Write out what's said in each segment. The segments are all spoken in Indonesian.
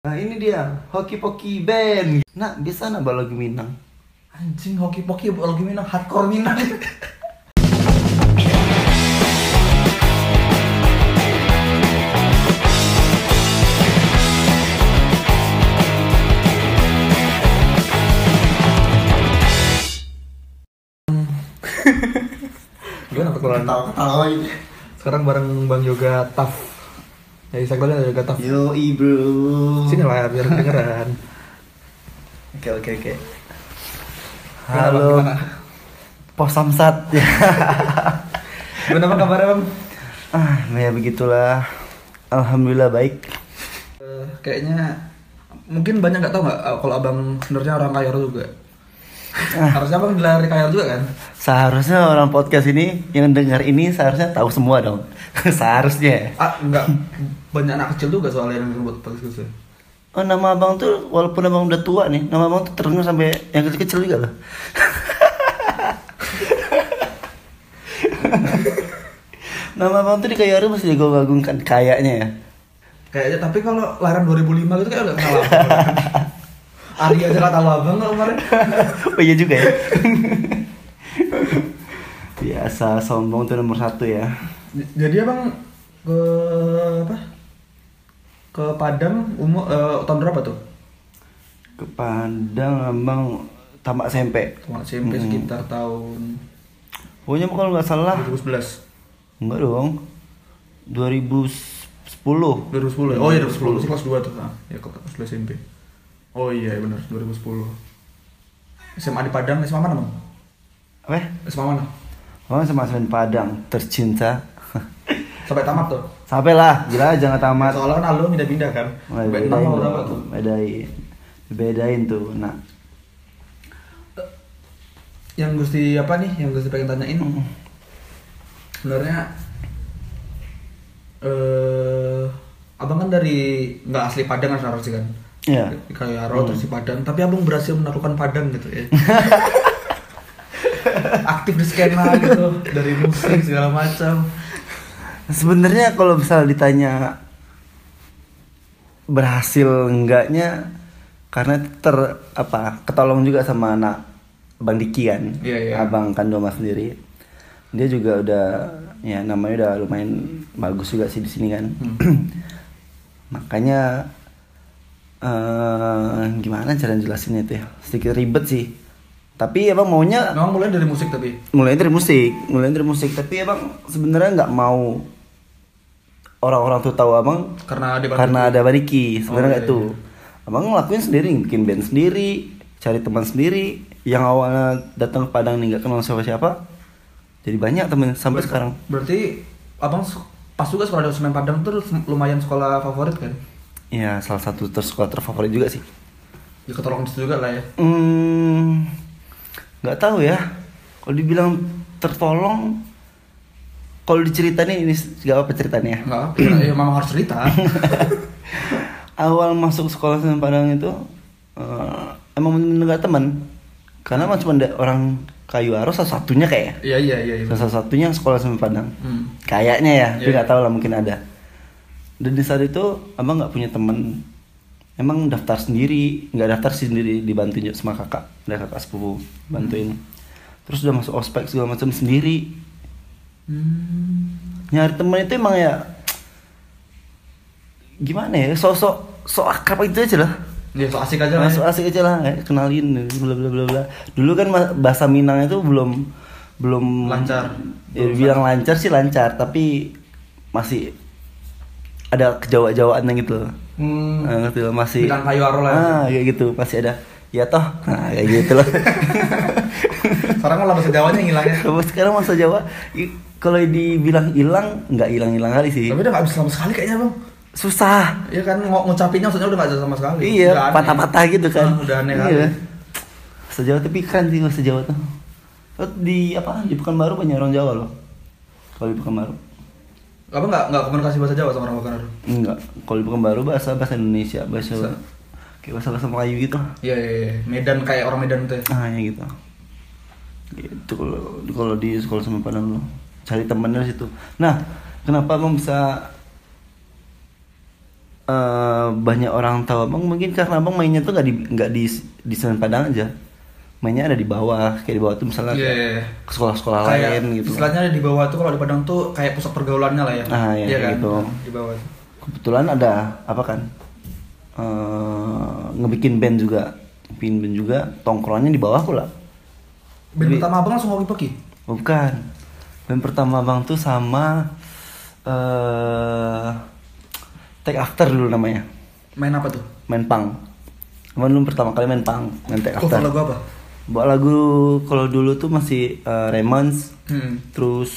Nah ini dia, Hoki Poki Band. Nah, bisa nak lagu Minang. Anjing, Hoki Poki lagi Minang, hardcore Minang. Gimana perkenalan? Ketawa ini. Sekarang bareng Bang Yoga Taf. Ya Instagramnya Yoga Taf. Yoi bro. Sini lah biar kedengeran. Oke. Halo. Halo. Pos Samsat. Gimana apa kabarnya Bang? Ya begitulah. Alhamdulillah baik. Kayaknya mungkin banyak nggak tahu nggak kalau abang sebenarnya orang kaya juga. Harusnya abang dilari kaya juga kan? Seharusnya orang podcast ini yang dengar ini seharusnya tahu semua dong. Seharusnya. Enggak, banyak anak kecil juga soalnya yang buat podcast itu. Oh, nama abang tuh walaupun abang udah tua nih, nama abang tuh terdengar sampai yang kecil-kecil juga loh. Nama abang tuh di Kayaru masih digagung-gagungkan kayaknya ya. Kayaknya, tapi kalau lahiran 2005 gitu kayak udah kenal abang. Arya aja nggak tahu abang nggak kemarin. Oh iya juga ya. Biasa sombong tuh nomor 1 ya. Jadi abang ke apa? Ke Padang tahun berapa tuh? Ke Padang abang tamat SMP. Tamat SMP sekitar tahun Pokoknya kalau nggak salah 2011. enggak dong. 2010. 2010. Oh iya 2010. Masih kelas 2 tuh. Ya kelas 2 SMP. Oh iya benar 2010. SMA di Padang, SMA mana, Bang? Apa? SMA mana? Oh sama Padang tercinta. Sampai tamat tuh. Sampai lah, gila jangan tamat. Soalnya kan alumni pindah-pindah kan. Sampai 6 atau berapa tuh? Bedain tuh. Nah, Yang Gusti apa nih? Yang Gusti pengen tanyain. Sebenarnya abang kan dari nggak asli Padang kan harusnya kan? iya. Kayak terus di Padang, tapi abang berhasil menaklukkan Padang gitu ya. Aktif di skena gitu, dari musik segala macam. Sebenarnya kalau misal ditanya berhasil enggaknya karena ketolong juga sama anak Bang Diki kan. Iya. Abang Kandoma sendiri. Dia juga udah ya namanya udah lumayan bagus juga sih di sini kan. Makanya gimana cara jelasinnya itu ya? Sedikit ribet sih. Tapi abang maunya Memang mulai dari musik tapi. mulai dari musik. Tapi abang sebenarnya nggak mau orang-orang tuh tahu abang Karena ada Bariki. Sebenarnya Oh, nggak iya, tuh. Abang ngelakuin sendiri, bikin band sendiri, cari teman sendiri. Yang awalnya datang ke Padang nih nggak kenal siapa-siapa, jadi banyak temen sampai sekarang. Berarti abang pas juga sekolah di Semen Padang tuh lumayan sekolah favorit kan? Ya salah satu sekolah terfavorit juga sih. Ya ketolong di situ juga lah ya. Nggak tahu ya. Kalau dibilang tertolong, kalau diceritain ini nggak apa ceritanya. Enggak, ya memang harus cerita. Awal masuk sekolah Semen Padang itu emang bener-bener gak teman. Karena emang cuma ada orang Kayu Aro satu-satunya kayak. Iya. Satu-satunya sekolah Semen Padang. Kayaknya ya, tapi nggak tahu lah mungkin ada. Dan di saat itu abang nggak punya teman. Emang daftar sendiri, nggak daftar sih sendiri, dibantuin juga sama kakak, ada kakak sepupu bantuin. Terus udah masuk ospek segala macam sendiri. Nyari teman itu emang ya gimana ya, sok akrab itu aja lah. Ya so asik aja lah. Masuk asik aja lah, kenalin bla bla bla bla. Dulu kan bahasa Minang itu belum Lancar. Ya, bilang lancar sih lancar, tapi masih ada kejawa-jawaannya gitu loh. Ngerti loh, masih Minang Kayu Aro lah. kayak gitu, masih ada ya toh. Nah, kayak gitu loh. Sekarang malah bahasa Jawanya hilang ya. Kalau sekarang masa Jawa kalau dibilang hilang, nggak hilang kali sih. Tapi udah nggak bisa sama sekali kayaknya bang. Susah. Iya kan ngucapinnya maksudnya udah nggak bisa sama sekali. Iya, patah-patah gitu kan. Udah aneh iya. kali. Bahasa Jawa tapi keren sih bahasa Jawa tuh. Terus di Pekanbaru banyak orang Jawa loh. Kalau di Pekanbaru. Apa nggak komunikasi bahasa Jawa sama orang Pekanbaru? Enggak. Kalau di Pekanbaru bahasa Indonesia, kayak bahasa Melayu gitu. Iya. Medan kayak orang Medan tuh. Ya gitu. Gitu kalau di sekolah Semen Padang lo cari temennya di situ. Nah, kenapa abang bisa banyak orang tahu abang mungkin karena abang mainnya tuh nggak di Semen Padang aja, mainnya ada di bawah, kayak di bawah tuh misalnya ke sekolah-sekolah lain gitu. Istilahnya di bawah tuh kalau di Padang tuh kayak pusat pergaulannya lah ya. Iya kan? Gitu. Di bawah. Kebetulan ada apa kan? Ngebikin band juga, tongkrongannya di bawah pula. Band pertama abang langsung hoki-hoki? Bukan. Band pertama abang tuh sama Take After dulu namanya. Main apa tuh? Main punk. Abang dulu pertama kali main punk, main Take After. Lagu apa? Bawa lagu kalau dulu tuh masih Ramones. Terus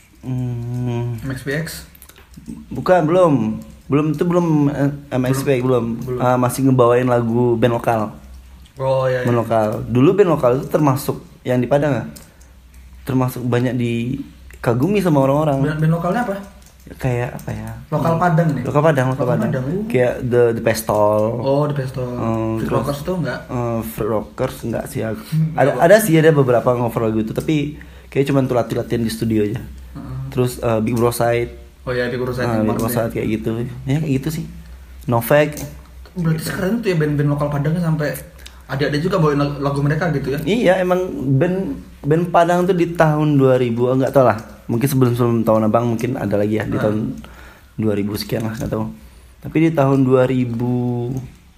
MXPX? Bukan, belum MXPX belum. Masih ngebawain lagu band lokal. Oh iya. Band lokal. Dulu band lokal itu termasuk yang di Padang ya? Termasuk banyak dikagumi sama orang-orang. Band lokalnya apa? Kayak apa ya? Lokal Padang nih. Lokal Padang. Kayak The Pestol. Oh, The Pestol. Fruit Rockers tuh enggak? Fruit Rockers enggak sih. Ada beberapa cover lagu itu, tapi kayak cuma tuh latihan di studio aja. Terus Big Bro Side. Oh iya, Big Bro Side. Big Bro Side kayak gitu. Ya kayak gitu sih. Novak. Berarti sekarang tuh ya band-band lokal Padangnya sampai ada juga bawain lagu mereka gitu ya? Iya, emang band Padang tuh di tahun 2000, enggak tahu lah. Mungkin sebelum tahun abang mungkin ada lagi ya di tahun 2000 sekian lah, enggak tahu. Tapi di tahun 2012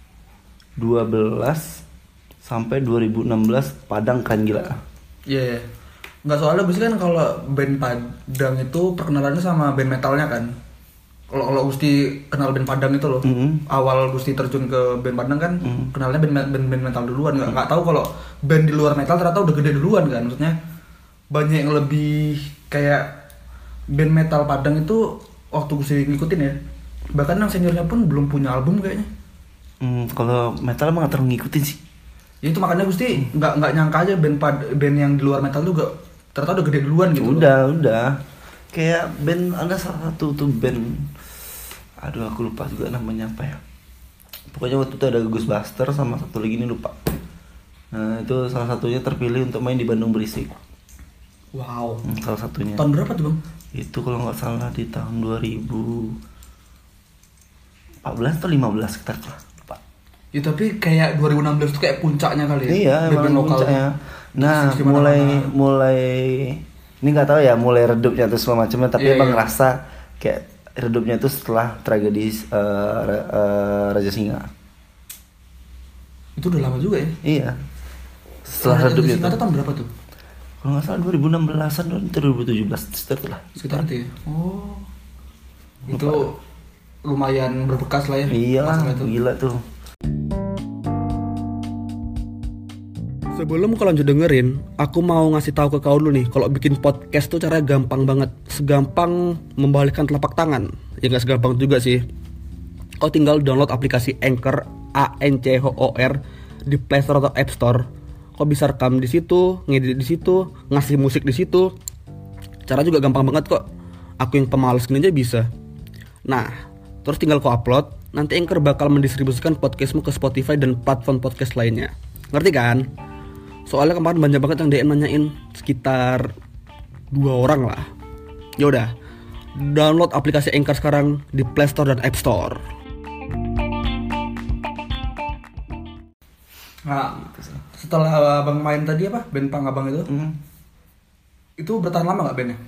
sampai 2016 Padang kan gila. Iya. Enggak, soalnya biasanya kan kalau band Padang itu perkenalannya sama band metalnya kan. Kalau Gusti kenal band Padang itu loh, awal Gusti terjun ke band Padang kan, kenalnya band metal duluan. Nggak tahu kalau band di luar metal ternyata udah gede duluan kan. Maksudnya banyak yang lebih kayak band metal Padang itu waktu Gusti ngikutin ya. Bahkan yang seniornya pun belum punya album kayaknya. Kalau metal emang nggak terlalu ngikutin sih. Ya itu makanya Gusti nggak nyangka aja band yang di luar metal juga ternyata udah gede duluan gitu. Udah. Kayak band, ada salah satu tuh band, aduh aku lupa juga namanya apa ya. Pokoknya waktu itu ada Ghostbuster sama satu lagi ini lupa. Nah itu salah satunya terpilih untuk main di Bandung Berisik. Wow. Salah satunya. Tahun berapa tuh bang? Itu kalau nggak salah di tahun 2014 atau 15 sekitar lah. Lupa. Ya tapi kayak 2016 tuh kayak puncaknya kali ya. Iya emang puncaknya. Nah mulai ini nggak tahu ya mulai redupnya tuh semua macamnya, tapi emang ngerasa kayak redupnya itu setelah tragedi Raja Singa. Itu udah lama juga ya? Iya. Setelah redupnya itu. Tahun berapa tuh? Kalau nggak salah 2016an atau 2017 sekitar lah. Sekitar itu ya. Oh. Itu lumayan berbekas lah ya. Iyalah, gila tuh. Sebelum kau lanjut dengerin, aku mau ngasih tahu ke kau dulu nih, kalau bikin podcast tuh caranya gampang banget, segampang membalikkan telapak tangan. Ya nggak segampang juga sih. Kau tinggal download aplikasi Anchor, ANCHOR di Play Store atau App Store. Kau bisa rekam di situ, ngedit di situ, ngasih musik di situ. Cara juga gampang banget kok. Aku yang pemalas gini aja bisa. Nah, terus tinggal kau upload. Nanti Anchor bakal mendistribusikan podcastmu ke Spotify dan platform podcast lainnya. Ngerti kan? Soalnya kemarin banyak banget yang DM nanyain, sekitar 2 orang lah. Ya udah, download aplikasi Anchor sekarang di Play Store dan App Store. Nah, setelah abang main tadi apa, band punk abang itu, itu bertahan lama nggak bandnya?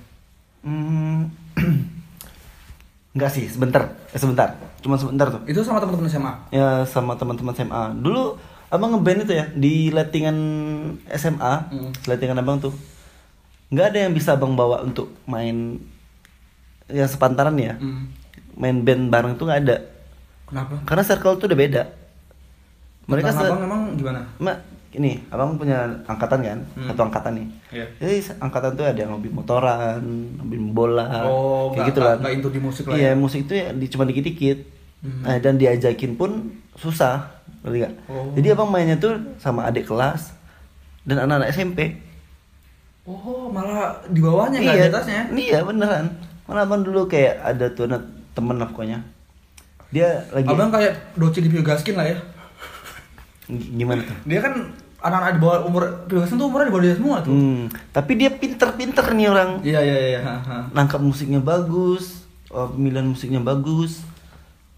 Enggak sih, sebentar, cuma sebentar tuh. Itu sama teman-teman SMA? Ya sama teman-teman SMA. Dulu abang ngeband itu ya di lettingan SMA, lettingan abang tuh nggak ada yang bisa abang bawa untuk main yang sepantaran ya. Main band bareng tuh nggak ada. Kenapa? Karena circle tuh udah beda. Mereka abang emang gimana? Ini abang punya angkatan kan, satu angkatan nih. Yeah. Jadi angkatan tuh ada yang hobi motoran, hobi bola, kayak gitu lah. Nggak into di musik lah. Iya, musik itu ya cuma dikit-dikit. Nah, dan diajakin pun susah, ngerti gak? Jadi abang mainnya tuh sama adik kelas dan anak-anak SMP. Oh, malah di bawahnya nggak di atasnya? Iya beneran. Malah abang dulu kayak ada tuh anak temen lah pokoknya. Dia lagi. Abang kayak Doci di Biogaskin lah ya. Gimana tuh? Dia kan anak-anak di bawah umur Biogaskin tuh umurnya di bawah dia semua tuh. Tapi dia pinter nih orang. Iya. Nangkap musiknya bagus, pemilihan musiknya bagus.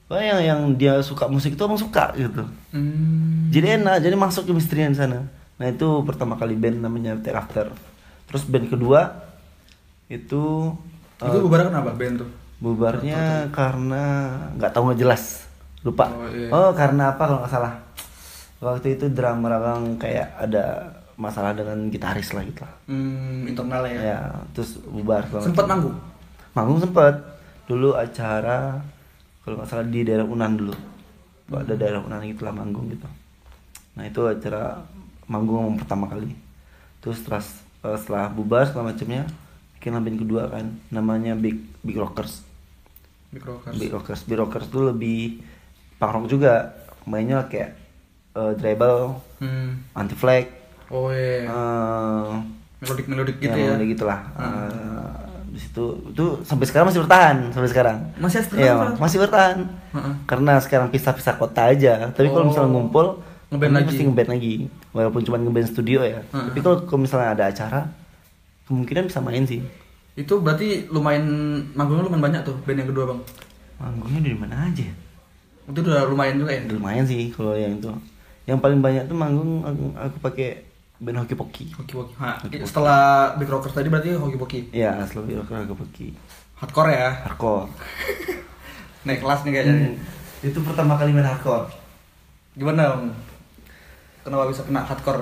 Wah, yang dia suka musik itu abang suka gitu. Jadi enak, jadi masuk chemistry-nya di sana. Nah itu pertama kali band namanya Take After. Terus band kedua itu bubar kenapa band tuh? bubarnya karena nggak tahu, nggak jelas, lupa. Iya. Karena apa kalau nggak salah, waktu itu drummer abang kayak ada masalah dengan gitaris lah gitu lah. Internal ya. Ya terus bubar. Sempat manggung sempet dulu acara kalau nggak salah di daerah Unan dulu. Ada daerah Unan gitulah manggung gitu. Nah itu acara manggung pertama kali. Terus setelah bubar segala macamnya bikin band kedua kan, namanya Big Rockers. Big Rockers tuh lebih punk rock juga, mainnya kayak Dribble, Anti-Flag. Oh iya. Melodik gitu ya. Melodik gitulah. Di situ itu sampai sekarang masih bertahan masih bertahan. Karena sekarang pisah-pisah kota aja. Tapi kalau misalnya ngumpul pasti ngeband lagi. Walaupun cuma ngeband studio ya. Tapi kalau misalnya ada acara, kemungkinan bisa main sih. Itu berarti manggungnya lumayan banyak tuh band yang kedua bang. Manggungnya dari mana aja? Itu udah lumayan juga ya? Lumayan sih kalau yang itu. Yang paling banyak tuh manggung aku pakai band Hoki Poki. Setelah Big Rockers tadi berarti Hoki Poki? Iya, setelah Big Rockers Hoki Poki. Hardcore ya? Hardcore. Naik kelas nih kayaknya. Itu pertama kali main hardcore. Gimana bang? Kenapa bisa kena hardcore?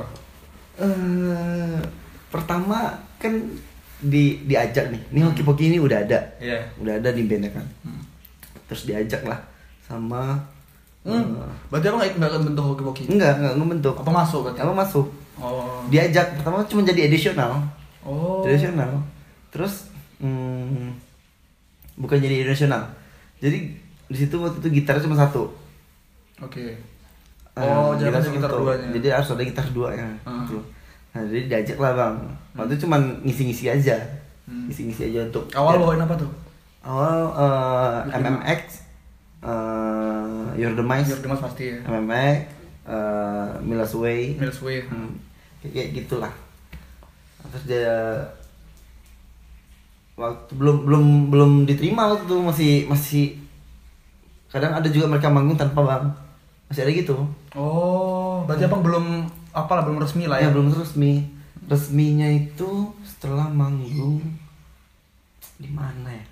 Pertama kan diajak nih. Ini Hoki Poki ini udah ada. Iya. Udah ada di bandnya kan. Terus diajak lah sama berarti abang nggak ngebentuk Hoki Poki? Enggak ngebentuk. Apa masuk berarti? Apa masuk? Oh. Diajak pertama cuma jadi additional. Oh. Additional. Terus bukan jadi additional. Jadi di situ waktu itu gitar cuma satu. Oke. Jadi jadi gitar duanya. Jadi harus ada gitar duanya. Gitu. Nah, jadi diajak lah bang. Waktu itu cuma ngisi-ngisi aja. Ngisi-ngisi aja untuk. Awal bawain apa tuh? Awal MMX, Your Demise pasti ya. MMX, Miller's Way. Kayak gitulah. Terus dia waktu belum diterima waktu itu masih kadang ada juga mereka manggung tanpa bang, masih ada gitu. Oh, berarti abang belum resmi lah ya? Ya belum resminya itu setelah manggung di mana ya?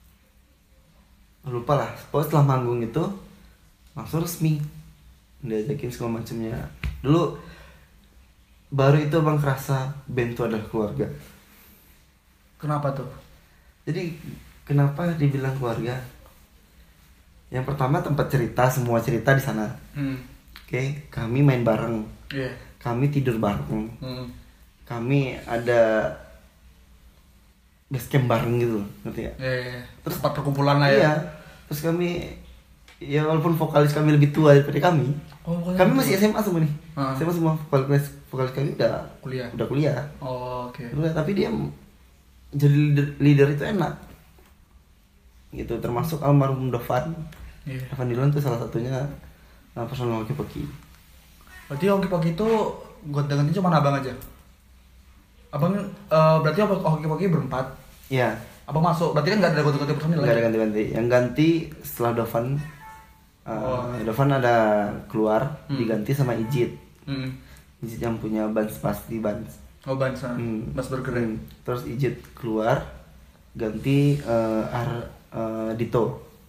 Lupa lah. Pokoknya setelah manggung itu langsung resmi diajakin segala macamnya. Dulu baru itu bang kerasa band itu adalah keluarga. Kenapa tuh? Jadi kenapa dibilang keluarga? Yang pertama tempat cerita, semua cerita di sana. Oke, kami main bareng. Yeah. Kami tidur bareng. Kami ada base camp bareng gitu, ngerti ya? Yeah. Terus tempat perkumpulan lah ya. Iya. Terus kami ya walaupun vokalis kami lebih tua daripada kami. Kami masih SMA semua nih. SMA semua, vokalis kami udah kuliah. Oh, oke. Tapi dia jadi leader itu enak. Gitu, termasuk almarhum Dovan. Yeah. Dovan Dillon itu salah satunya personal Hoki Poki. Berarti Hoki Poki itu gonta-ganti cuma abang aja? Abang berarti Hoki Poki berempat? Iya. Abang masuk, berarti kan nggak ada ganti-ganti personil lagi? Nggak ada ganti-ganti. Yang ganti setelah Dovan, Dovan ada keluar, diganti sama Ijit. Ijit yang punya Bans pasti Bans. Oh Bans, Bans Burger. Terus Ijit keluar, ganti Dito.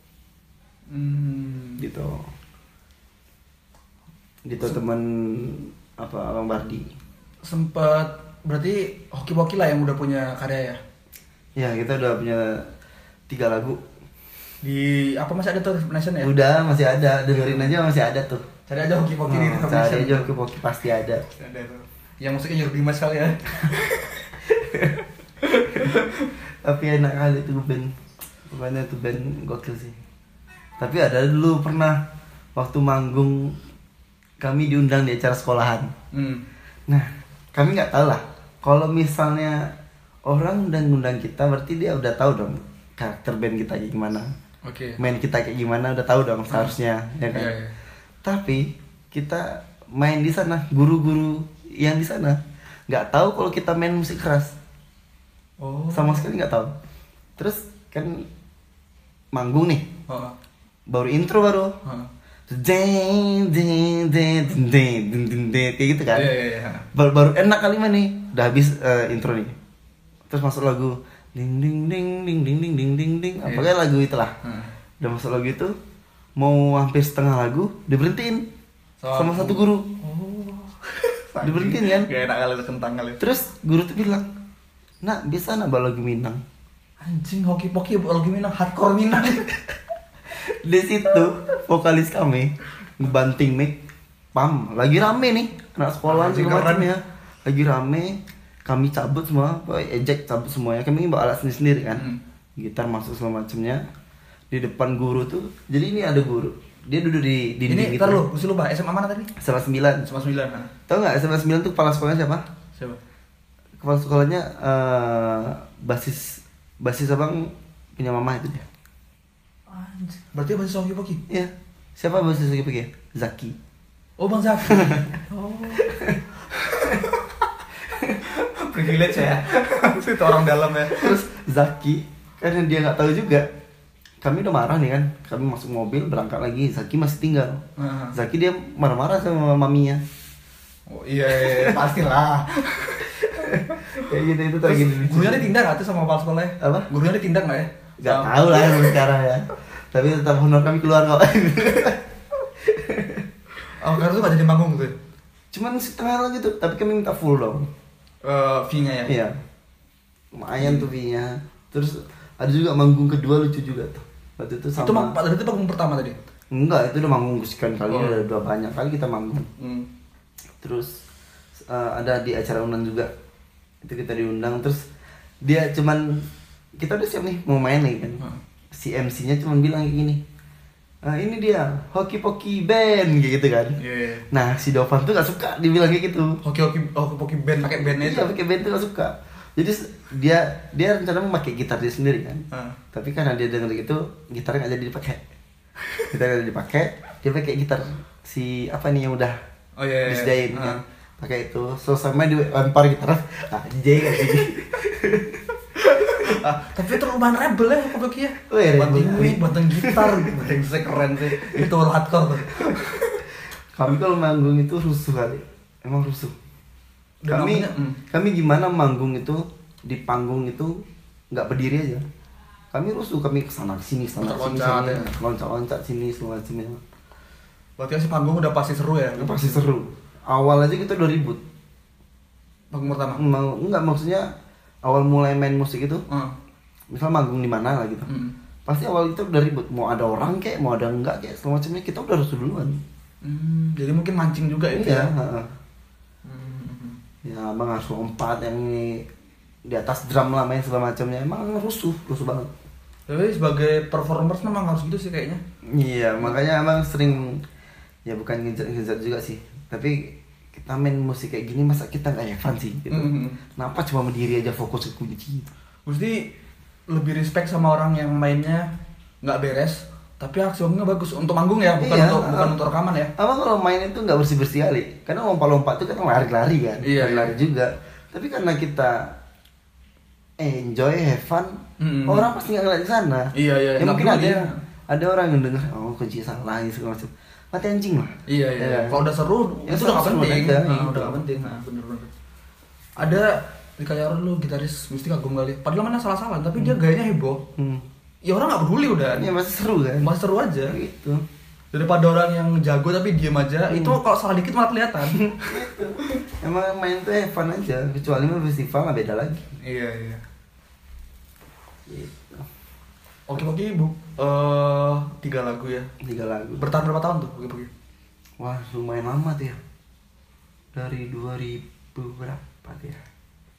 Dito teman Abang Bardi. Sempet berarti Hoki Poki lah yang udah punya karya ya? Ya kita udah punya 3 lagu. Di apa masih ada tuh Nation ya? Udah masih ada, dengerin aja masih ada tuh. Cari aja Hoki Poki di Nation. Cari aja Hoki Poki pasti ada. Ada tuh. Yang musiknya Your Dimas kali ya. Tapi enak kali tuh band. Pokoknya tuh band gokil sih. Tapi ada dulu pernah waktu manggung kami diundang di acara sekolahan. Nah, kami nggak tahu lah. Kalau misalnya orang udah ngundang kita, berarti dia udah tahu dong karakter band kita kayak gimana. Oke. Main kita kayak gimana udah tahu dong seharusnya, ya kan. Yeah. Tapi kita main di sana, guru-guru yang di sana nggak tahu kalau kita main musik keras. Oh. Sama sekali nggak tahu. Terus kan manggung nih. baru intro baru. Deng deng deng deng deng deng deng kayak gitu kan. Baru enak kali mah nih. Udah habis intro nih. Terus masuk lagu ding ding ding ding ding ding ding ding ding. Apakah lagu itulah. Udah masuk lagu itu mau hampir setengah lagu diberhentiin sama satu guru. Diberhentiin kan? Gak enak kali kentang kali. Terus guru tuh bilang, "Nak, bisa nak bawa lagu Minang?" Anjing, hoki-poki lagu Minang, hardcore Minang. Di situ vokalis kami ngebanting mic, pam, lagi rame nih anak sekolahan segala macam ya, lagi rame, kami cabut semua, ejek cabut semuanya, kami bawa alat sendiri kan, gitar masuk segala macamnya, di depan guru tuh, jadi ini ada guru, dia duduk di dinding. Ini ntar lu, mesti lupa, SMA mana tadi? SMA 9. SMA 9 kan? Tau nggak SMA 9 tuh kepala sekolahnya siapa? Siapa? Kepala sekolahnya basis abang punya mama itu dia. Anjir. Berarti basis hoki-poki? Iya. Siapa basis hoki-poki? Zaki. Oh, Bang Zaki. Oh. Privilege ya. Itu orang dalam ya. Terus Zaki, karena dia nggak tahu juga. Kami udah marah nih kan. Kami masuk mobil berangkat lagi. Zaki masih tinggal. Zaki dia marah-marah sama maminya. Oh iya, pastilah. Kayak gitu itu lagi. Gurunya ditindak nggak tuh sama kepala sekolahnya? Apa? Gurunya ditindak nggak ya? Gak tahu lah sekarang ya. Tapi tetap honor kami keluar kok. Oh, karena tuh gak jadi manggung tuh? Cuman setengah lagi tuh, tapi kami minta full dong. Fee-nya ya? Iya. Lumayan tuh fee-nya. Terus ada juga manggung kedua lucu juga tuh. Waktu itu sama. Itu panggung pertama tadi? Enggak, itu udah manggung sekian kali, udah banyak kali kita manggung. Terus ada di acara undang juga. Itu kita diundang, terus dia cuman, kita udah siap nih mau main nih kan. Si MC-nya cuman bilang kayak gini, ini dia hoki-poki band gitu kan. Nah si Dovan tuh gak suka dibilang kayak gitu. Hoki-poki band, pakai bandnya itu? Iya, pakai band tuh gak suka. Jadi dia rencana mau pakai gitar dia sendiri kan. Tapi karena dia denger gitu, gitarnya gak jadi dipakai. Gitarnya gak dipakai, dia pakai gitar si apa nih yang udah disediain kan. Pakai itu, selesai main dilempar gitar. Anjay kayak gini. Tapi itu lumayan rebel ya hoki-poki ya. Banting mic, banting gitar, banting keren sih. Itu hardcore tuh. Kami kalau manggung itu rusuh kali. Emang rusuh. Kami gimana manggung itu di panggung itu nggak berdiri aja. Kami rusuh, kami kesana sini, loncat-loncat sini semua macamnya. Berarti si panggung udah pasti seru ya? Udah pasti seru. Awal aja kita udah ribut. Panggung pertama? Enggak, maksudnya awal mulai main musik itu. Misal manggung di mana lah gitu. Pasti awal itu udah ribut. Mau ada orang kek, mau ada enggak kek, segala macamnya kita udah rusuh duluan. Jadi mungkin mancing juga itu ya? Ya abang harus lompat yang di atas drum lah main segala macamnya. Emang rusuh banget. Tapi sebagai performers memang harus gitu sih kayaknya. Iya, makanya abang sering, ya bukan ngejar juga sih, tapi kita main musik kayak gini masa kita nggak have fun sih gitu. Kenapa cuma berdiri aja fokus ke kunci? Mesti lebih respect sama orang yang mainnya nggak beres tapi aksinya bagus untuk manggung ya, bukan untuk rekaman ya. Abang kalau main itu nggak bersih kali, karena lompat-lompat itu kan lari-lari kan, lari juga. Tapi karena kita enjoy, have fun, orang pasti nggak ngeliat di sana. Iya. Ya mungkin ada orang yang denger, oh kunci salah ini segala macam. Mati anjing lah. Iya. Kalau udah seru ya itu udah nggak penting. Udah nggak penting. Bener-bener. Ada di Kayaron lu gitaris mesti kagum kali. Padahal mana salah-salah tapi dia gayanya heboh. Ya orang nggak peduli udah. Ya masih seru kan. Masih seru aja. Gitu. Daripada orang yang jago tapi diem aja. Itu kalau salah dikit malah kelihatan. Gitu. Emang main tuh have fun aja. Kecuali mah festival nggak beda lagi. Iya. Gitu. Oke, 3 lagu ya. 3 lagu. Bertahan berapa tahun tuh? Oke. Wah, lumayan lama tuh ya. Dari 2000 berapa tuh ya?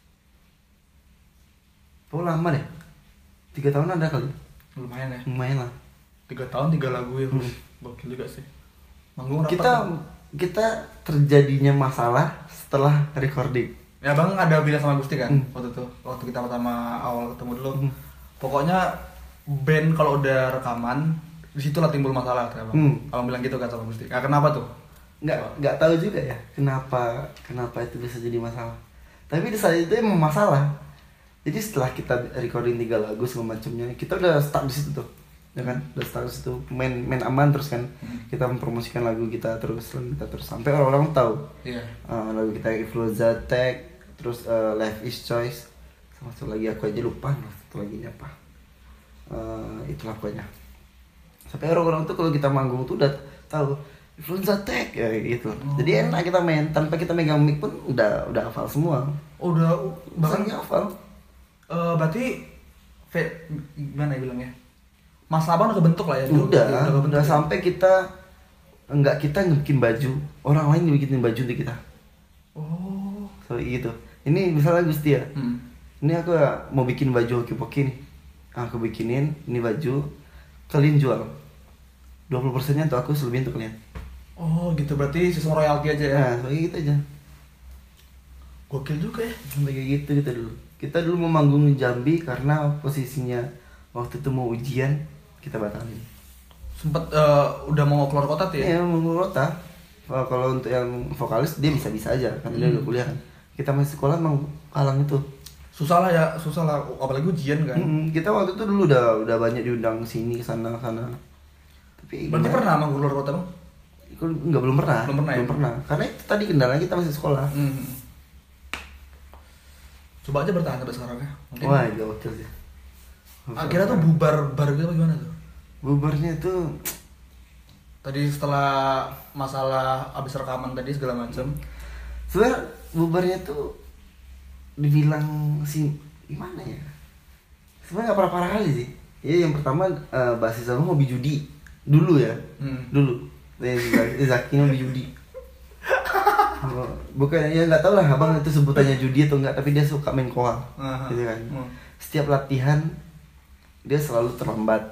Oh lama deh. 3 tahun ada kali. Lumayan ya. Lumayan lah. 3 tahun 3 lagu ya. Gokil juga sih. Manggung kita terjadinya masalah setelah recording. Ya Bang ada bilang sama Gusti kan waktu kita pertama awal ketemu dulu. Pokoknya band kalau udah rekaman disitulah timbul masalah kata Bang. Abang bilang gitu kan sama Gusti. Nah, kenapa tuh? Nggak tahu juga ya kenapa itu bisa jadi masalah. Tapi di saat itu emang masalah. Jadi setelah kita recording 3 lagu segala macamnya, kita udah start di situ tuh. ya kan The Stars itu main aman terus kan. Kita mempromosikan lagu kita terus sampai orang-orang tahu. Iya. Lagu kita Influenza Attack, terus Life is Choice, sama satu lagi aku aja lupa satu lagi apa. Itulah pokoknya. Sampai orang-orang tuh kalau kita manggung tuh udah tahu Influenza Attack ya gitu. Jadi enak kita main tanpa kita megang mic pun udah hafal semua. Udah bahkan hafal. Berarti gimana ya bilangnya? Mas Abang udah kebentuk lah ya. Udah sampai kita bikin baju, orang lain yang bikinin baju untuk kita. Oh, Soalnya gitu. Ini misalnya Gusti ya. Ini aku mau bikin baju hoki-poki nih. Aku bikinin ini baju, kalian jual. 20%-nya untuk aku, selebihnya untuk kalian. Oh, gitu. Berarti sistem royalti aja ya. Nah, kayak gitu aja. Gokil juga ya. Sampai kayak gitu kita dulu. Kita dulu mau manggung di Jambi karena posisinya waktu itu mau ujian, kita batalin. Sempet udah mau keluar kota tuh ya? Iya, mau keluar kota. Kalau untuk yang vokalis dia bisa-bisa aja kan dia udah kuliah kan. Kita masih sekolah emang halang itu. Susah lah, apalagi ujian kan. Kita waktu itu dulu udah banyak diundang sini sana. Tapi berarti pernah mau keluar kota Bang? Belum pernah. Belum pernah. Karena itu tadi kendalanya kita masih sekolah. Coba aja bertahan sampai sekarang ya. Mungkin. Wah, gokil sih. Akhirnya tuh bubar gitu apa gimana tuh? Bubarnya tuh tadi setelah masalah abis rekaman tadi segala macam. Sebenarnya bubarnya tuh dibilang sih gimana ya? Sebenarnya nggak parah-parah kali sih. Ya yang pertama basis sama hobi judi dulu ya. Dulu. Zaki hobi judi. Bukan ya nggak tahu lah abang itu sebutannya judi atau enggak, tapi dia suka main koal. Gitu kan. Setiap latihan dia selalu terlambat.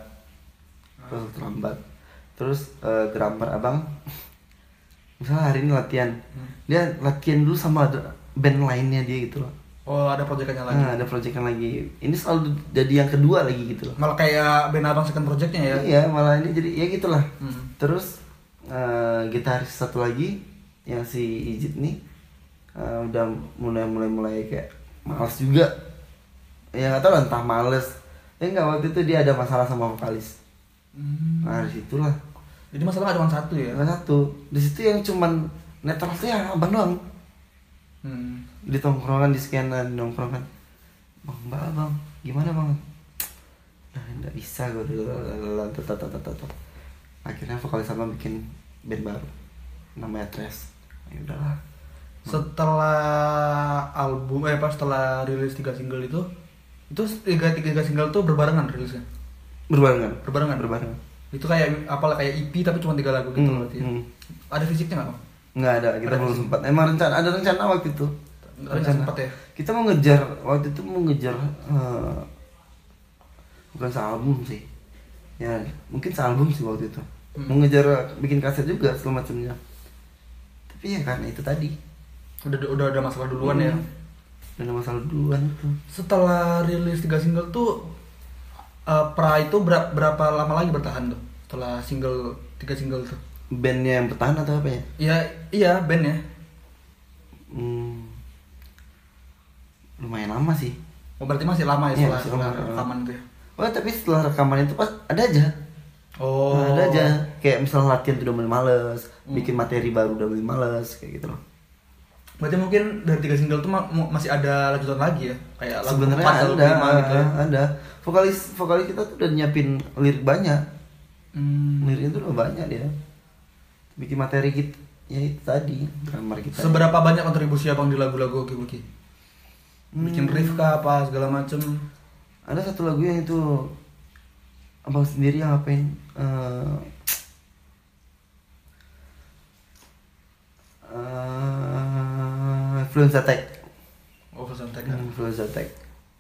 Terus drummer abang misalnya hari ini latihan, dia latihan dulu sama band lainnya dia gitu loh. Oh, ada proyekannya lagi. Ada proyekan lagi. Ini selalu jadi yang kedua lagi gitu loh. Malah kayak band abang second projectnya ya? Iya, malah ini jadi ya gitulah. Terus gitaris satu lagi yang si Ijit nih udah mulai kayak malas juga. Ya nggak tahu lah, entah males. Enggak, waktu itu dia ada masalah sama vokalis. Nah disitulah. Jadi masalah cuma satu ya? Cuma satu. Di situ yang cuman netral tuh ya abang doang. Di tongkrongan, di scanan, nongkrongan. Mbak abang, gimana bang? Nah nggak bisa gue dulu. Akhirnya vokalis abang bikin band baru, namanya Tres. Ya udahlah. Setelah album setelah rilis 3 single itu tiga single tuh berbarengan rilisnya? Berbarengan. Itu kayak kayak EP tapi cuma 3 lagu gitu berarti. Ada fisiknya nggak Bang? Nggak ada, kita belum sempat. Emang ada rencana waktu itu. Sempat ya? Kita mau ngejar waktu itu bukan sealbum sih. Ya mungkin sealbum sih waktu itu. Mau ngejar bikin kaset juga segala macamnya. Tapi ya kan itu tadi. Udah ada masalah duluan ya. Ada masalah duluan tuh. Setelah rilis 3 single tuh Pra itu berapa lama lagi bertahan tuh? Setelah 3 single tuh. Bandnya yang bertahan atau apa ya? Iya bandnya. Lumayan lama sih. Oh berarti masih lama ya setelah rekaman itu ya? Oh tapi setelah rekaman itu pas ada aja. Ada aja. Kayak misalnya latihan tuh udah mulai males, bikin materi baru udah mulai males, kayak gitu loh. Berarti mungkin dari 3 single tuh masih ada lanjutan lagi ya? Kayak lagu sebenarnya 4 atau 5 gitu ya? Ada. Vokalis kita tuh udah nyiapin lirik banyak. Liriknya tuh udah banyak dia. Bikin materi gitu. Ya itu tadi, drummer kita. Seberapa banyak kontribusi abang di lagu-lagu Oki? Bikin riff kah apa segala macem? Ada satu lagu yang itu abang sendiri yang ngapain? Influenza Attack. Influenza Attack.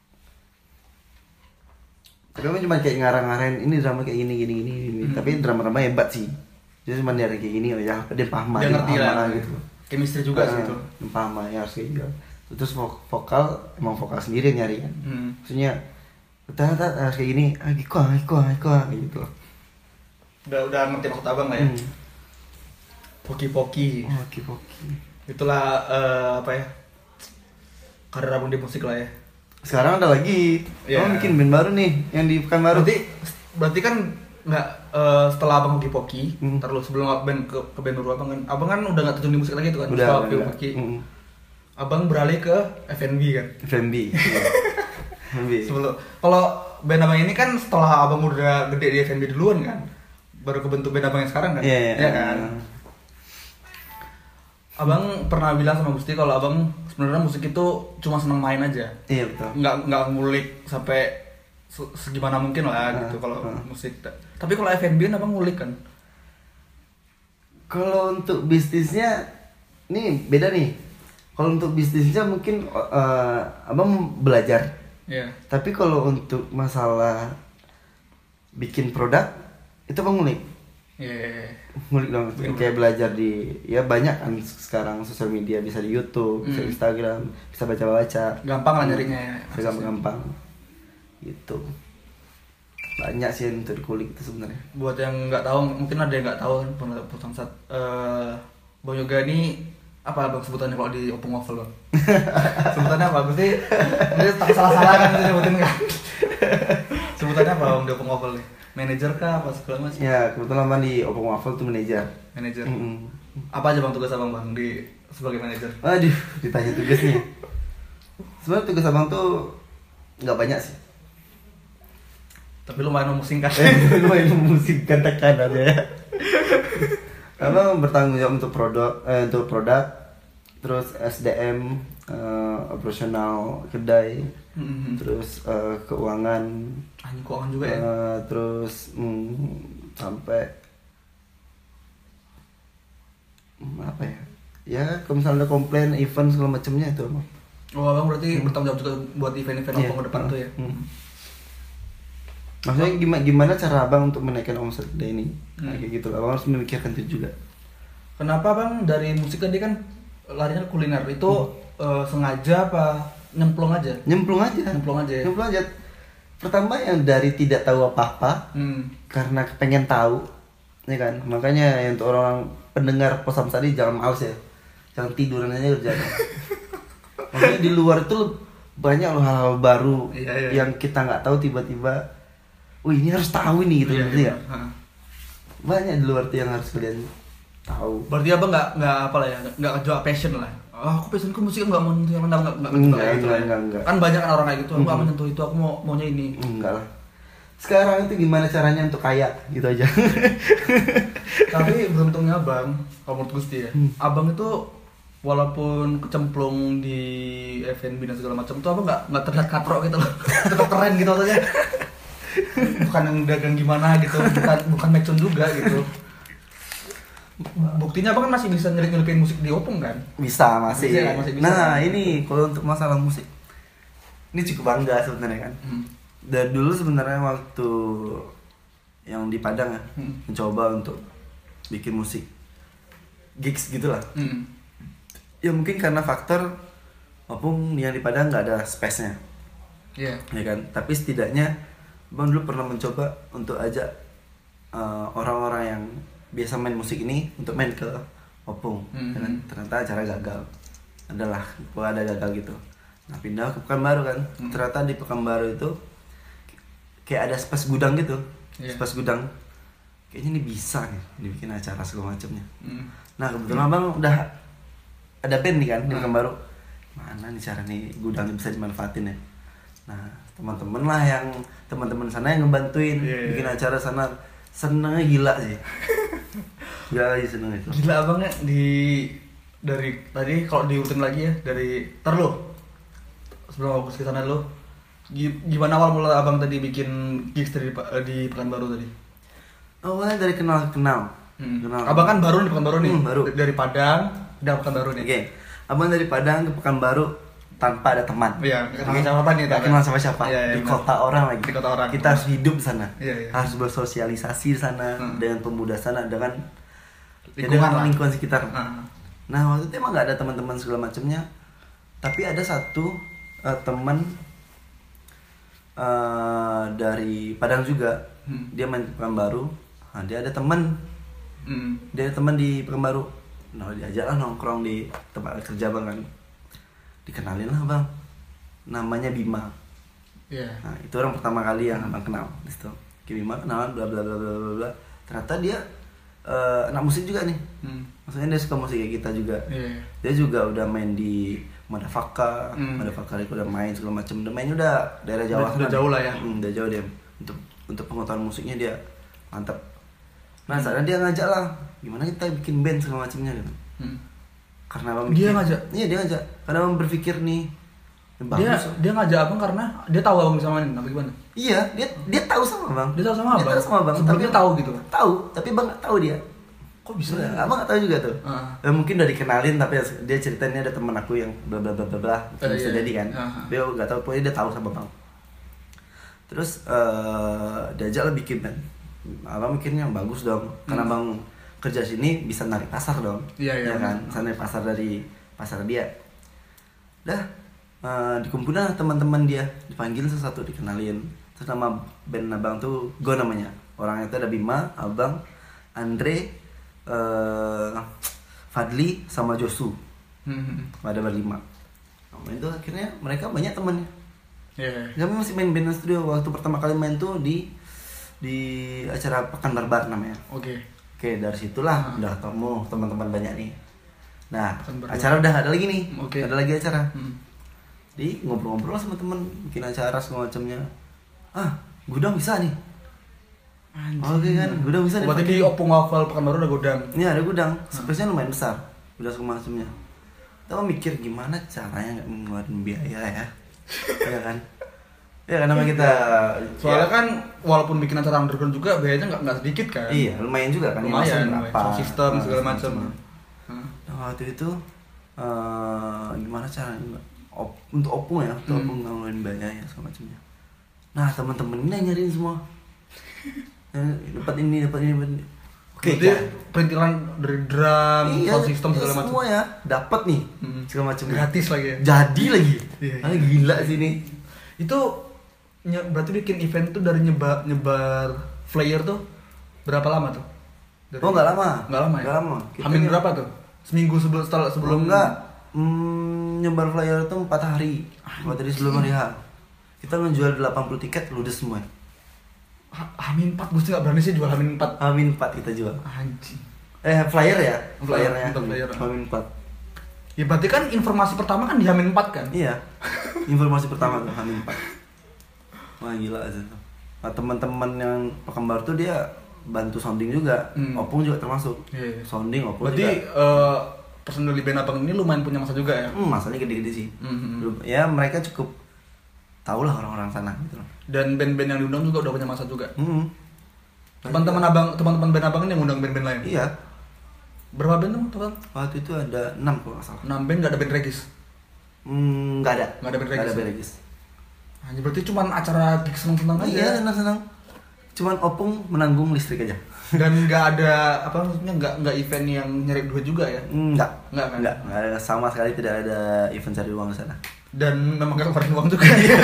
Tapi emang cuma kayak ngarang-ngarain ini drama kayak gini. Tapi drama hebat sih. Jadi cuma dia kayak gini ya, dia paham dia ngerti lah gitu. Chemistry juga sih itu. Paham ya harus kayak gitu. Terus vokal sendiri yang nyari kan. Maksudnya ternyata harus kayak gini, Iko gitu loh. Udah ngerti maksud abang lah ya. Poki-poki. Itulah karir abang di musik lah ya. Sekarang ada lagi. Abang bikin band baru nih yang di Pekanbaru. Berarti kan nggak setelah abang di Poki, terus sebelum band ke band baru abang kan udah nggak terjun di musik lagi tuh kan, udah. Poki. Abang beralih ke F&B kan? F&B. Sebelum, kalau band abang ini kan setelah abang udah gede di F&B duluan kan, baru kebentuk band abang yang sekarang kan? Iya kan? Abang pernah bilang sama Gusti kalau abang sebenarnya musik itu cuma seneng main aja. Iya betul. Nggak ngulik sampai segimana mungkin lah gitu kalau musik. Tapi kalau F&B abang ngulik kan? Kalau untuk bisnisnya, nih beda nih. Kalau untuk bisnisnya mungkin abang belajar. Iya. Tapi kalau untuk masalah bikin produk itu abang ngulik. Iya. Ngulik dong. Kayak belajar di ya banyak kan sekarang sosial media, bisa di YouTube, bisa di Instagram, bisa baca-baca. Gampang lah nyarinya ya. Gampang. Gitu. Banyak sih yang untuk dikulik itu sebenarnya. Buat yang nggak tahu, mungkin ada yang nggak tahu kan Bangsat. Bang Yoga ini apa bang sebutannya kalau di Opung Waffle bang? Sebutannya apa? Berarti tak salah-salah kan sebutin kan? Sebutannya apa bang di Opung Waffle nih? Manajer kah apa segala macam? Ya kebetulan bang di Opung Waffle tuh manajer. Manajer. Apa aja bang tugas abang bang di sebagai manajer? Aduh, ditanya tugasnya. Sebenarnya tugas abang tuh nggak banyak sih. Tapi lumayan memusingkan. Lumayan memusingkan, tekanan ya. Abang bertanggung jawab untuk produk, terus SDM, operasional kedai, terus keuangan. Keuangan juga ya. Terus sampai apa ya? Ya kalau misalnya ada komplain event segala macamnya itu abang. Oh abang berarti bertanggung jawab juga buat event-event Opung ke depan tuh ya. Maksudnya gimana cara abang untuk menaikkan omset kedai ini? Kayak gitu, abang harus memikirkan itu juga. Kenapa bang dari musik tadi kan larinya ke kuliner itu sengaja apa nyemplung aja? Nyemplung aja. Pertama yang dari tidak tahu apa-apa, karena pengen tahu, ya kan. Makanya yang untuk orang pendengar Pos Samsari jangan males ya, jangan tiduran aja kerjanya. Maksudnya di luar itu banyak loh hal-hal baru yang kita nggak tahu tiba-tiba. Ini harus tahu nih gitu, ya. Banyak di luar tuh yang harus kalian tahu. Berarti abang nggak apa lah ya, nggak kejual passion lah. Aku passionku musik nggak mau nyentuh yang enggak. Kan banyak orang kayak gitu. Aku nggak mau nyentuh itu, aku maunya ini. Enggak lah. Sekarang itu gimana caranya untuk kaya gitu aja. Tapi beruntungnya abang, kalau menurut Gusti ya, abang itu walaupun kecemplung di F&B dan segala macam tuh abang nggak terlihat katrok gitu loh. Tetap keren gitu aja. Bukan yang dagang gimana gitu, bukan mecon juga gitu. Buktinya abang kan masih bisa nyelip-nyelipin musik di Opung kan? Masih bisa. Nah kan? ini kalau untuk masalah musik, ini cukup bangga sebenarnya kan. Dari dulu sebenarnya waktu yang di Padang ya, mencoba untuk bikin musik gigs gitulah. Ya mungkin karena faktor Opung yang di Padang nggak ada space-nya. Iya. Ya kan, tapi setidaknya Bang dulu pernah mencoba untuk ajak orang-orang yang biasa main musik ini untuk main ke Opung, kan? Ternyata acara gagal, ada gagal gitu. Nah pindah ke Pekanbaru kan, ternyata di Pekanbaru itu kayak ada space gudang gitu, space gudang. Kayaknya ini bisa nih dibikin acara segala macamnya. Nah kebetulan Bang udah ada band nih kan di Pekanbaru. Mana nih cara nih gudang ini bisa dimanfaatin ya? Nah teman-teman sana yang ngebantuin bikin acara sana, senengnya gila sih. Gila sih seneng itu. Gila abangnya dari tadi kalau diurutin lagi ya dari sebelum aku ke sana dulu. Gimana awal mula abang tadi bikin gigs di Pekanbaru tadi? Awalnya dari kenal. Abang kan baru di Pekanbaru nih. Baru. Dari Padang udah Pekanbaru nih. Oke. Abang dari Padang ke Pekanbaru tanpa ada teman. Iya, kenal sama siapa. Di kota orang lagi. Di kota orang. Kita harus hidup di sana. Iya. Harus bersosialisasi di sana dengan pemuda sana, dengan lingkungan sekitar. Nah, waktu itu emang enggak ada teman-teman segala macamnya. Tapi ada satu teman dari Padang juga. Dia main di Pekanbaru. Nah, dia ada teman. Dia ada teman di Pekanbaru. Nah, diajaklah nongkrong di tempat kerja Bang kan. Dikenalin lah Bang, namanya Bima. Nah itu orang pertama kali yang Abang kenal di situ. Kim Ima kenalan bla bla bla bla bla bla. Ternyata dia anak musik juga nih. Maksudnya dia suka musik kayak kita juga. Dia juga udah main di Madafaka itu udah main segala macam. Udah mainnya udah daerah Jawa. Udah jauh lah ya. Udah jauh dia. Untuk pengetahuan musiknya dia mantap. Nah, saat dia ngajak lah, gimana kita bikin band segala macamnya gitu. Karena abang dia ngajak. Iya, dia ngajak. Karena abang berpikir nih, dia ngajak abang karena dia tahu abang bisa main, apa gimana? Iya, dia tahu sama abang. Dia tahu sama abang. Dia tahu sama abang. Sebelumnya tahu gitu. Tahu, tapi abang nggak tahu dia. Kok bisa? Abang nggak tahu juga tuh. Mungkin udah dikenalin, tapi dia ceritanya ada teman aku yang bla bla bla bla bla. Bisa jadi kan. Dia nggak tahu, pokoknya dia tahu sama abang. Terus diajak lah bikin band. Abang mikirnya yang bagus dong, karena abang kerja sini bisa narik pasar dong. Iya kan, bisa narik pasar dari pasar dia. Dah dikumpulin teman-teman dia, dipanggil satu dikenalin. Terus nama band abang tuh Go namanya. Orangnya itu ada Bima, Abang, Andre, Fadli sama Josu. Ada berlima. Nah, itu akhirnya mereka banyak temannya. Kami masih main band studio. Waktu pertama kali main tuh di acara Pekan Barbar namanya. Oke, dari situlah udah ketemu teman-teman banyak nih. Nah, acara udah ada lagi nih. Ada lagi acara. Di ngobrol-ngobrol sama temen, bikin acara segala macamnya. Gudang bisa nih. Oke kan, gudang bisa nih. Berarti di Opung Waffle Pekanbaru ada gudang. Iya, ada gudang. Space-nya lumayan besar. Udah segala macamnya. Kita mikir gimana caranya nggak mengeluarkan biaya ya. Iya kan? Ya karena kita soalnya kan walaupun bikin acara underground juga biayanya nggak sedikit kan. Iya, lumayan juga kan. Lumayan, sound system segala macam. Nah, waktu itu gimana caranya untuk Opung ya, untuk Opung ngeluarin biaya segala macamnya. Nah, teman-teman ini nyariin semua. Dapat ini. Oke, perintilan dari drum, sound system segala macam. Semua ya, dapat nih. Segala macam gratis lagi ya. Jadi lagi. Gila sih ini. Itu berarti bikin event tuh dari nyebar flyer tuh berapa lama tuh? Nggak lama. Nggak lama ya? Nggak lama. Hamil berapa tuh? Seminggu sebelum enggak. Nyebar flyer itu 4 hari. Dari sebelum hari H. Kita menjual 80 tiket ludes semua. Hamin 4, Gusti nggak berani sih jual Hamin 4. Hamin 4 kita jual. Anjing. Flyer ya? Flyernya. Flyer. Hamin 4. Ya berarti kan informasi pertama kan di Hamin 4 kan? Iya. Informasi pertama tuh Hamin 4. Wah gila aja tuh. Nah, teman-teman yang Pekanbaru tuh dia bantu sounding juga. Opung juga termasuk. Sounding Opung berarti, juga. Berarti personel di band abang ini lumayan punya masa juga ya? Masanya gede-gede sih. Ya mereka cukup tahu lah orang-orang sana gitu loh. Dan band-band yang diundang juga udah punya masa juga. Teman-teman band abang ini yang undang band-band lain. Iya. Berapa band tuh total? Waktu itu ada 6 kalau nggak salah. 6 band, nggak ada band regis? Nggak ada. Nggak ada band regis. Nggak ada band regis. Hanya berarti cuma acara gig senang-senang aja. Iya, senang-senang. Cuman Opung menanggung listrik aja. Dan nggak ada apa maksudnya nggak event yang nyari duit juga ya? Nggak kan? Nggak ada, sama sekali tidak ada event cari uang di sana. Dan memang nggak keluarin uang juga.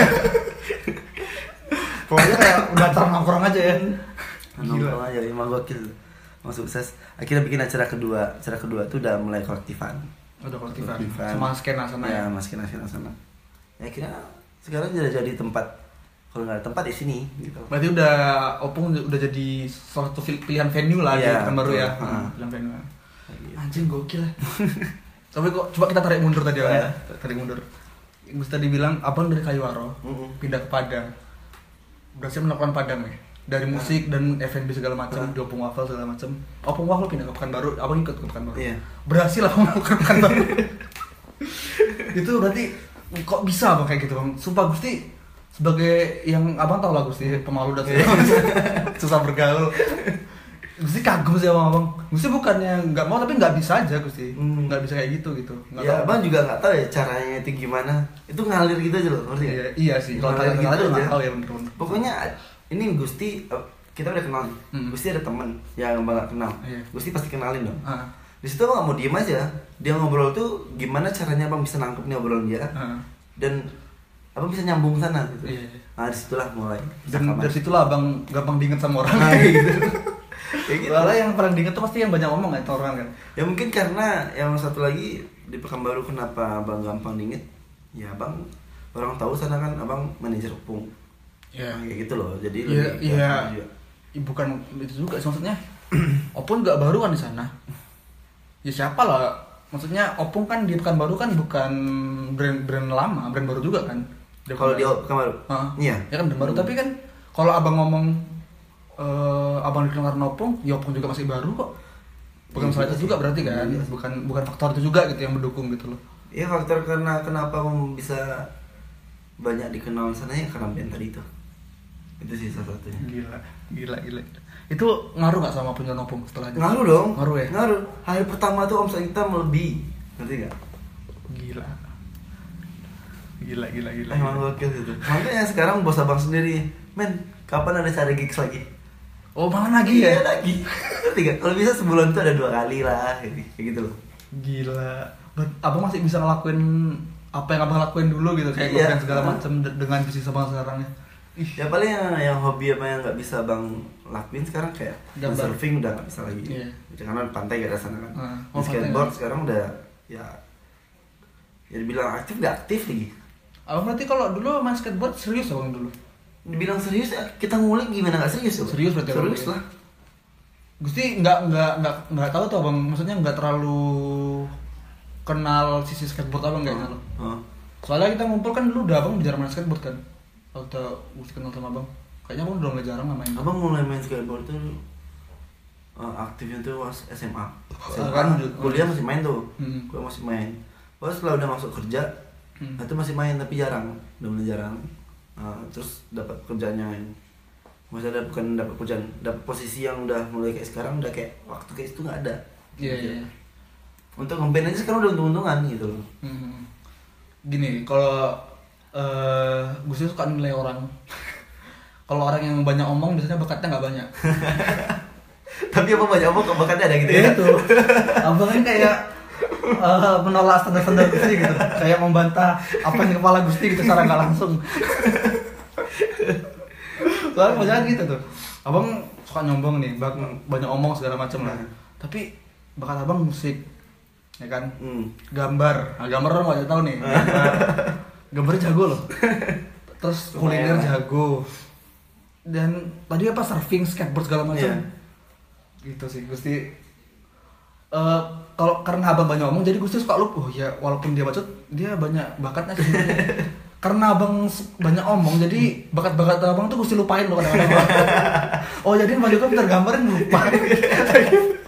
Pokoknya kayak udah nongkrong aja ya. Nongkrong aja, emang gokil. Emang sukses. Akhirnya bikin acara kedua. Acara kedua tuh udah mulai kolektifan. Udah kolektifan. Sama skena sana ya? Sama skena sana. Ya akhirnya sekarang jadi tempat, kalau nggak ada tempat di sini gitu. Berarti udah Opung udah jadi salah satu pilihan venue lah di Pekanbaru ya. Pilihan venue. Anjing gokil. Tapi kok coba kita tarik mundur tadi ya. Tarik mundur. Gus tadi bilang abang dari Kayuwaro pindah ke Padang. Berhasil melakukan Padang ya. Dari musik dan F&B segala macam, di Opung Waffle segala macam. Opung Waffle pindah ke Pekanbaru, abang ikut ke Pekanbaru. Iya. Berhasil abang melakukan Pekanbaru. Itu berarti kok bisa abang kayak gitu bang? Sumpah Gusti, sebagai yang abang tau lah Gusti, pemalu dan susah bergaul. Gusti kagum sih sama abang. Gusti bukannya nggak mau tapi nggak bisa aja Gusti, nggak bisa kayak gitu. Nggak ya abang juga nggak tahu ya caranya itu gimana. Itu ngalir gitu aja loh, ngerti ya? Iya sih. Kalau kalian gitu ngalir aja. nggak tahu ya bener-bener. Pokoknya ini Gusti, kita udah kenal. Gusti ada teman yang abang nggak kenal. Gusti pasti kenalin dong. Di situ abang nggak mau diem aja. Dia ngobrol tuh gimana caranya abang bisa nangkep nih obrolan dia. Dan abang bisa nyambung sana gitu. Nah disitulah mulai. Dan dari situlah abang gampang diinget sama orang. Gitu. Ya gitu. Soalnya yang paling diinget tuh pasti yang banyak ngomong kan orang kan. Ya mungkin karena yang satu lagi di Pekanbaru kenapa abang gampang diinget. Ya abang orang tahu sana kan abang manajer Opung. Kayak gitu loh. Jadi lebih iya. bukan itu juga sih, maksudnya Opung nggak baru kan di sana. Ya siapa lah, maksudnya Opung kan di Pekanbaru kan bukan brand lama, brand baru juga kan. Kalau di Pekanbaru, iya. Ya kan brand baru, tapi kan kalau abang ngomong abang dikenal karena Opung, ya Opung juga masih baru kok. Bukan masalah itu juga berarti kan, bukan faktor itu juga gitu yang mendukung gitu loh. Iya, faktor karena kenapa bisa banyak dikenal sana ya karena band tadi itu. Itu sih salah satunya. Gila. Itu ngaruh nggak sama punya Opung setelahnya? Ngaruh dong. Ngaruh ya? Ngaruh. Hari pertama tuh omset kita melebih. Ngerti nggak? Gila. Emang gokil gitu. Makanya sekarang bos abang sendiri, men, kapan ada cari gigs lagi? Oh, malah lagi ya? Iya lagi. Ngerti nggak? Kalau bisa sebulan tuh ada 2 kali lah, kayak gitu loh. Gila. Abang masih bisa ngelakuin apa yang abang lakuin dulu gitu, kayak iya, segala macam dengan bisnis abang sekarang ya. Ya paling yang hobi apa yang nggak bisa bang lakuin sekarang kayak surfing udah nggak bisa lagi. Iya. Karena pantai gak ada sana kan. pantai, Skateboard sekarang udah ya dibilang aktif nggak aktif lagi. Abang berarti kalau dulu main skateboard serius abang dulu? Dibilang serius ya, kita ngulik gimana nggak serius ya? Serius berarti. Serius lah. Gusti nggak tahu tuh abang, maksudnya nggak terlalu kenal sisi skateboard abang kayaknya loh. Soalnya kita ngumpul kan dulu udah abang jarang main skateboard kan. Kalau Gusti kenal sama abang, kayaknya abang udah mulai jarang main. Abang mulai main skateboard tuh aktifnya tuh pas SMA. Kan kuliah masih main tuh. Kuliah masih main. Pas setelah udah masuk kerja, itu masih main tapi jarang, udah mulai jarang. Terus dapat kerjanya, maksudnya bukan dapat kerjaan, dapat posisi yang udah mulai kayak sekarang, udah kayak waktu kayak itu nggak ada. Iya. Untuk ngeband aja sekarang udah untung-untungan gitu loh. Gini, kalau Gusti suka nilai orang. Kalau orang yang banyak omong biasanya bakatnya nggak banyak. Tapi apa banyak omong kok bakatnya ada gitu ya? Itu. Abang kan kayak menolak standar-standar Gusti gitu, kayak membantah apa yang di kepala Gusti gitu secara nggak langsung. Soalnya banyak gitu tuh, abang suka nyombong nih, banyak omong segala macam lah. Tapi bakat abang musik, ya kan? Gambar orang nggak tahu nih. Gambar jago loh. Terus kuliner jago. Dan tadi apa surfing, skateboard segala macam. Gitu sih Gusti. Kalau karena abang banyak omong jadi Gusti suka lupa. Oh ya, walaupun dia bacot, dia banyak bakatnya sebenarnya. Karena abang banyak omong jadi bakat-bakat abang tuh Gusti lupain loh kadang-kadang. Oh jadi Bang Joko pintar gambarin lupa.